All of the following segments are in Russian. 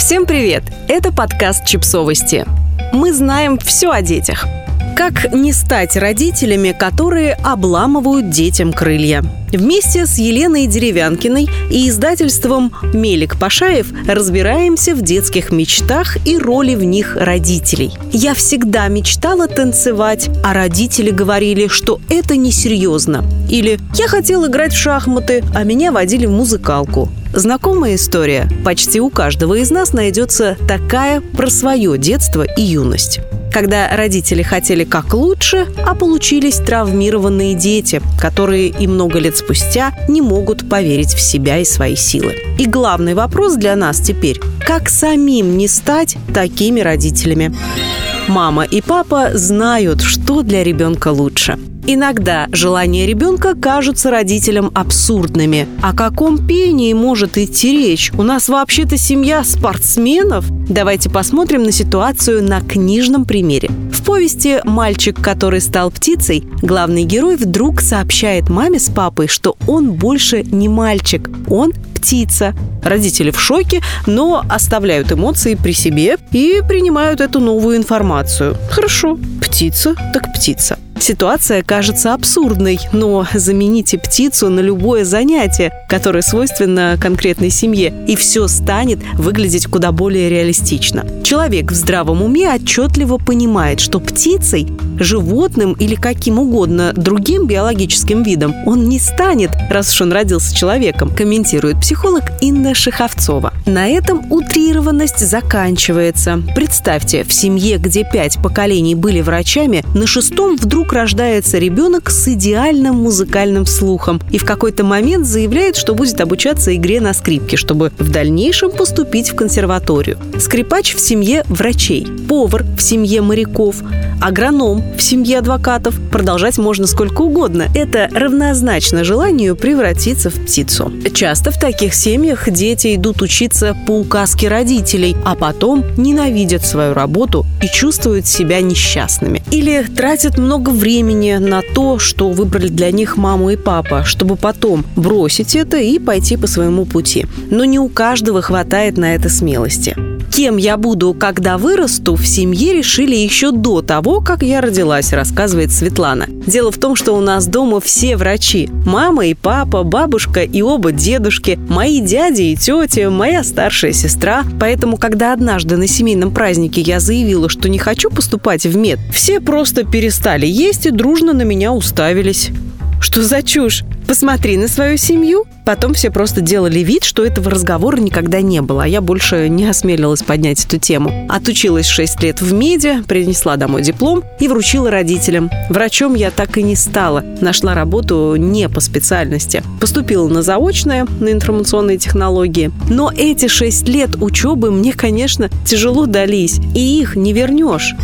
Всем привет! Это подкаст «Чипсовости». Мы знаем все о детях. Как не стать родителями, которые обламывают детям крылья? Вместе с Еленой Деревянкиной и издательством «Мелик Пашаев» разбираемся в детских мечтах и роли в них родителей. Я всегда мечтала танцевать, а родители говорили, что это несерьезно. Или «я хотел играть в шахматы, а меня водили в музыкалку». Знакомая история. Почти у каждого из нас найдется такая про свое детство и юность. Когда родители хотели как лучше, а получились травмированные дети, которые и много лет спустя не могут поверить в себя и свои силы. И главный вопрос для нас теперь – как самим не стать такими родителями? Мама и папа знают, что для ребенка лучше. Иногда желания ребенка кажутся родителям абсурдными. О каком пении может идти речь? У нас вообще-то семья спортсменов? Давайте посмотрим на ситуацию на книжном примере. В повести «Мальчик, который стал птицей» главный герой вдруг сообщает маме с папой, что он больше не мальчик, он птица. Родители в шоке, но оставляют эмоции при себе и принимают эту новую информацию. Хорошо, птица так птица. Ситуация кажется абсурдной, но замените птицу на любое занятие, которое свойственно конкретной семье, и все станет выглядеть куда более реалистично. Человек в здравом уме отчетливо понимает, что птицей, животным или каким угодно другим биологическим видом он не станет, раз уж он родился человеком, комментирует психолог Инна Шеховцова. На этом утрированность заканчивается. Представьте, в семье, где 5 поколений были врачами, на 6-м вдруг рождается ребенок с идеальным музыкальным слухом и в какой-то момент заявляет, что будет обучаться игре на скрипке, чтобы в дальнейшем поступить в консерваторию. Скрипач в семье врачей, повар в семье моряков, агроном в семье адвокатов. Продолжать можно сколько угодно. Это равнозначно желанию превратиться в птицу. Часто в таких семьях дети идут учиться по указке родителей, а потом ненавидят свою работу и чувствуют себя несчастными. Или тратят много времени на то, что выбрали для них маму и папа, чтобы потом бросить это и пойти по своему пути. Но не у каждого хватает на это смелости. Кем я буду, когда вырасту, в семье решили еще до того, как я родилась, рассказывает Светлана. Дело в том, что у нас дома все врачи. Мама и папа, бабушка и оба дедушки, мои дяди и тети, моя старшая сестра. Поэтому, когда однажды на семейном празднике я заявила, что не хочу поступать в мед, все просто перестали есть и дружно на меня уставились. Что за чушь? Посмотри на свою семью. Потом все просто делали вид, что этого разговора никогда не было, а я больше не осмелилась поднять эту тему. Отучилась 6 лет в меди, принесла домой диплом и вручила родителям. Врачом я так и не стала. Нашла работу не по специальности. Поступила на заочное, на информационные технологии. Но эти 6 лет учебы мне, конечно, тяжело дались, и их не вернешь.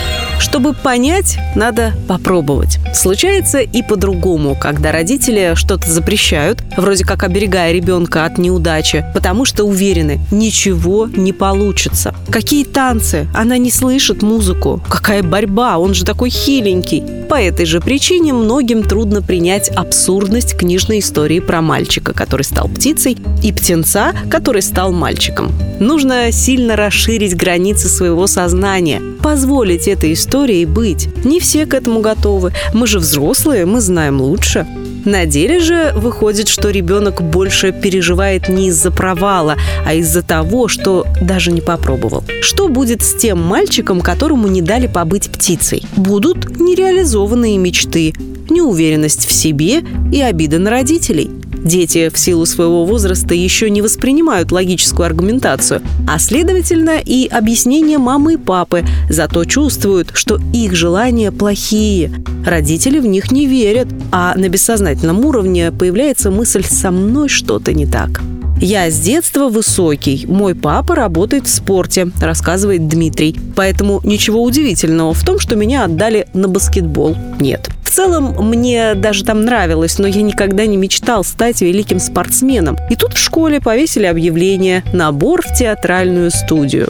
Чтобы понять, надо попробовать. Случается и по-другому, когда родители что-то запрещают, вроде как оберегая ребенка от неудачи, потому что уверены, ничего не получится. Какие танцы? Она не слышит музыку. Какая борьба? Он же такой хиленький. По этой же причине многим трудно принять абсурдность книжной истории про мальчика, который стал птицей, и птенца, который стал мальчиком. Нужно сильно расширить границы своего сознания, позволить этой истории быть. Не все к этому готовы. Мы же взрослые, мы знаем лучше. На деле же выходит, что ребенок больше переживает не из-за провала, а из-за того, что даже не попробовал. Что будет с тем мальчиком, которому не дали побыть птицей? Будут нереализованные мечты, неуверенность в себе и обида на родителей. Дети в силу своего возраста еще не воспринимают логическую аргументацию, а следовательно и объяснения мамы и папы, зато чувствуют, что их желания плохие. Родители в них не верят, а на бессознательном уровне появляется мысль «со мной что-то не так». «Я с детства высокий, мой папа работает в спорте», рассказывает Дмитрий. Поэтому ничего удивительного в том, что меня отдали на баскетбол, нет. В целом, мне даже там нравилось, но я никогда не мечтал стать великим спортсменом. И тут в школе повесили объявление «Набор в театральную студию».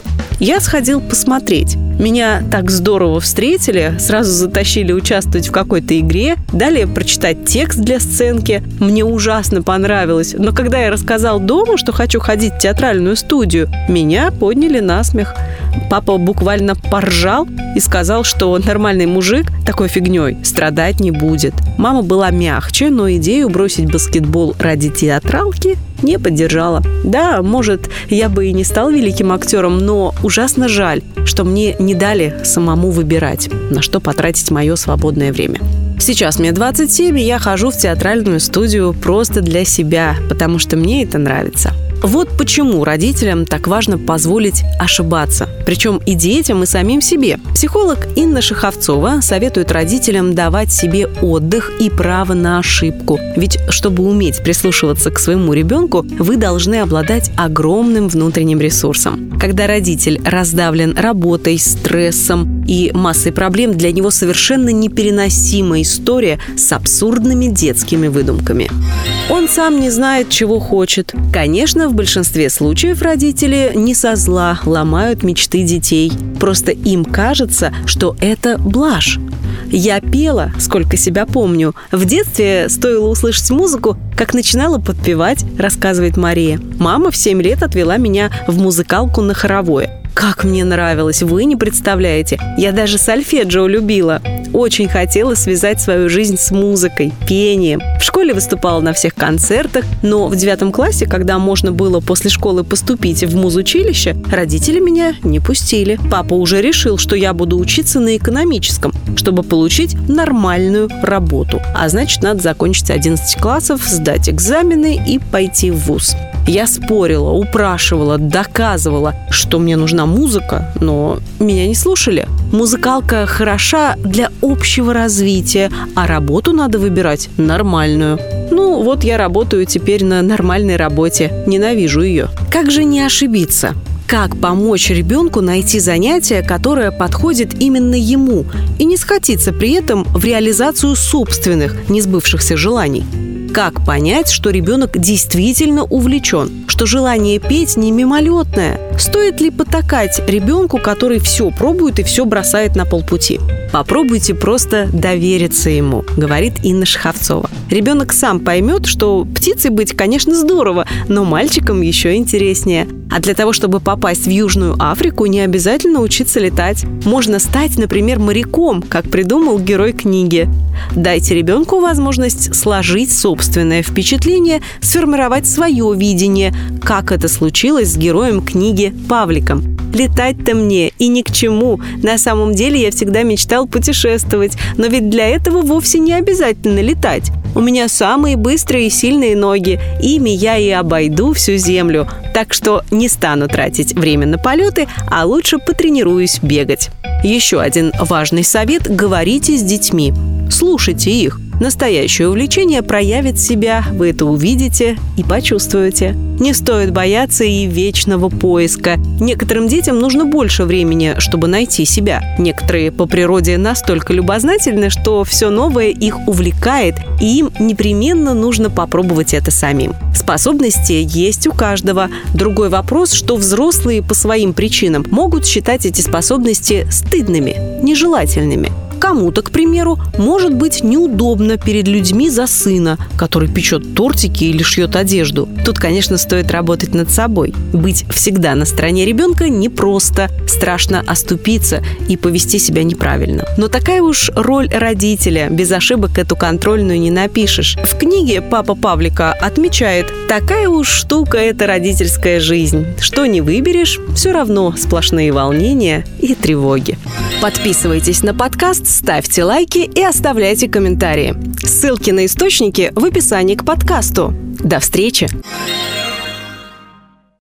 Я сходил посмотреть. Меня так здорово встретили, сразу затащили участвовать в какой-то игре, дали прочитать текст для сценки. Мне ужасно понравилось. Но когда я рассказал дома, что хочу ходить в театральную студию, меня подняли на смех. Папа буквально поржал и сказал, что нормальный мужик такой фигней страдать не будет. Мама была мягче, но идею бросить баскетбол ради театралки не поддержала. Да, может, я бы и не стал великим актером, но ужасно жаль, что мне не дали самому выбирать, на что потратить мое свободное время. Сейчас мне 27, и я хожу в театральную студию просто для себя, потому что мне это нравится. Вот почему родителям так важно позволить ошибаться. Причем и детям, и самим себе. Психолог Инна Шаховцова советует родителям давать себе отдых и право на ошибку. Ведь чтобы уметь прислушиваться к своему ребенку, вы должны обладать огромным внутренним ресурсом. Когда родитель раздавлен работой, стрессом и массой проблем, для него совершенно непереносимая история с абсурдными детскими выдумками. Он сам не знает, чего хочет. Конечно, в большинстве случаев родители не со зла ломают мечты детей. Просто им кажется, что это блажь. Я пела, сколько себя помню. В детстве стоило услышать музыку, как начинала подпевать, рассказывает Мария. Мама в 7 лет отвела меня в музыкалку на хоровое. Как мне нравилось, вы не представляете. Я даже сольфеджио любила. Очень хотела связать свою жизнь с музыкой, пением. В школе выступала на всех концертах, но в 9 классе, когда можно было после школы поступить в музучилище, родители меня не пустили. Папа уже решил, что я буду учиться на экономическом, чтобы получить нормальную работу. А значит, надо закончить 11 классов, сдать экзамены и пойти в вуз. Я спорила, упрашивала, доказывала, что мне нужна музыка, но меня не слушали. Музыкалка хороша для общего развития, а работу надо выбирать нормальную. Ну, вот я работаю теперь на нормальной работе. Ненавижу ее. Как же не ошибиться? Как помочь ребенку найти занятие, которое подходит именно ему, и не схватиться при этом в реализацию собственных несбывшихся желаний? Как понять, что ребенок действительно увлечен, что желание петь не мимолетное? Стоит ли потакать ребенку, который все пробует и все бросает на полпути? Попробуйте просто довериться ему, говорит Инна Шаховцова. Ребенок сам поймет, что птицей быть, конечно, здорово, но мальчикам еще интереснее. А для того, чтобы попасть в Южную Африку, не обязательно учиться летать. Можно стать, например, моряком, как придумал герой книги. Дайте ребенку возможность сложить собственное впечатление, сформировать свое видение, как это случилось с героем книги Павликом. Летать-то мне и ни к чему. На самом деле я всегда мечтал путешествовать, но ведь для этого вовсе не обязательно летать. У меня самые быстрые и сильные ноги. Ими я и обойду всю землю. Так что не стану тратить время на полеты, а лучше потренируюсь бегать. Еще один важный совет – говорите с детьми. Слушайте их. Настоящее увлечение проявит себя, вы это увидите и почувствуете. Не стоит бояться и вечного поиска. Некоторым детям нужно больше времени, чтобы найти себя. Некоторые по природе настолько любознательны, что все новое их увлекает, и им непременно нужно попробовать это самим. Способности есть у каждого. Другой вопрос, что взрослые по своим причинам могут считать эти способности стыдными, нежелательными. Кому-то, к примеру, может быть неудобно перед людьми за сына, который печет тортики или шьет одежду. Тут, конечно, стоит работать над собой. Быть всегда на стороне ребенка непросто, страшно оступиться и повести себя неправильно. Но такая уж роль родителя, без ошибок эту контрольную не напишешь. В книге папа Павлика отмечает, такая уж штука эта родительская жизнь. Что не выберешь, все равно сплошные волнения и тревоги. Подписывайтесь на подкаст, ставьте лайки и оставляйте комментарии. Ссылки на источники в описании к подкасту. До встречи!